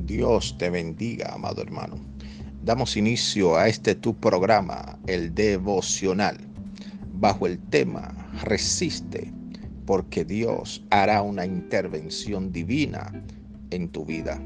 Dios te bendiga, amado hermano. Damos inicio a este tu programa, el devocional, bajo el tema Resiste, porque Dios hará una intervención divina en tu vida.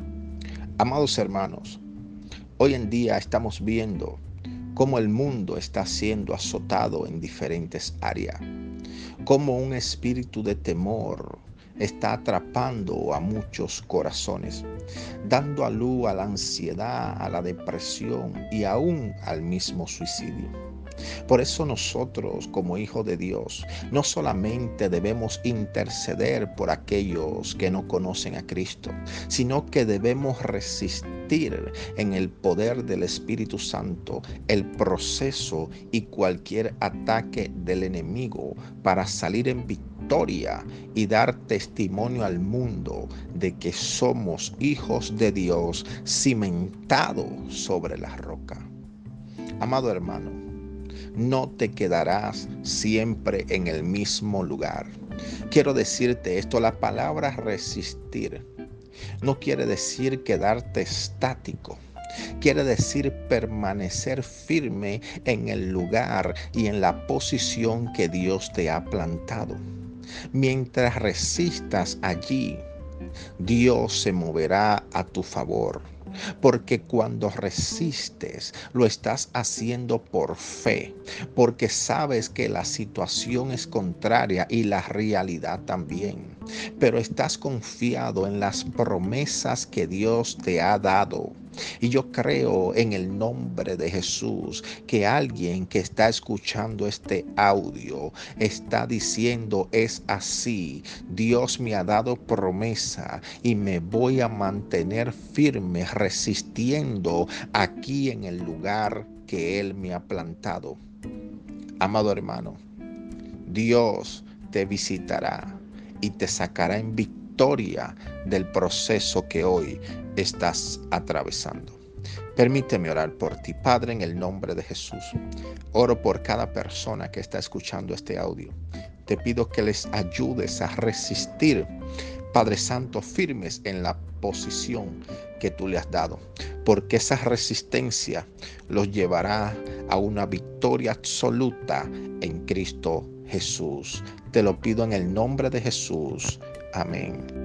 Amados hermanos, hoy en día estamos viendo cómo el mundo está siendo azotado en diferentes áreas, cómo un espíritu de temor está atrapando a muchos corazones, dando a luz a la ansiedad, a la depresión y aún al mismo suicidio. Por eso nosotros, como hijos de Dios, no solamente debemos interceder por aquellos que no conocen a Cristo, sino que debemos resistir en el poder del Espíritu Santo el proceso y cualquier ataque del enemigo para salir en victoria y dar testimonio al mundo de que somos hijos de Dios cimentados sobre la roca. Amado hermano, no te quedarás siempre en el mismo lugar. Quiero decirte esto, la palabra resistir no quiere decir quedarte estático. Quiere decir permanecer firme en el lugar y en la posición que Dios te ha plantado. Mientras resistas allí, Dios se moverá a tu favor. Porque cuando resistes, lo estás haciendo por fe, porque sabes que la situación es contraria y la realidad también. Pero estás confiado en las promesas que Dios te ha dado. Y yo creo en el nombre de Jesús que alguien que está escuchando este audio está diciendo: es así, Dios me ha dado promesa y me voy a mantener firme resistiendo aquí en el lugar que Él me ha plantado. Amado hermano, Dios te visitará y te sacará en victoria del proceso que hoy estás atravesando. Permíteme orar por ti, Padre, en el nombre de Jesús. Oro por cada persona que está escuchando este audio. Te pido que les ayudes a resistir, Padre Santo, firmes en la posición que tú le has dado, porque esa resistencia los llevará a una victoria absoluta en Cristo Jesús. Te lo pido en el nombre de Jesús. Amén.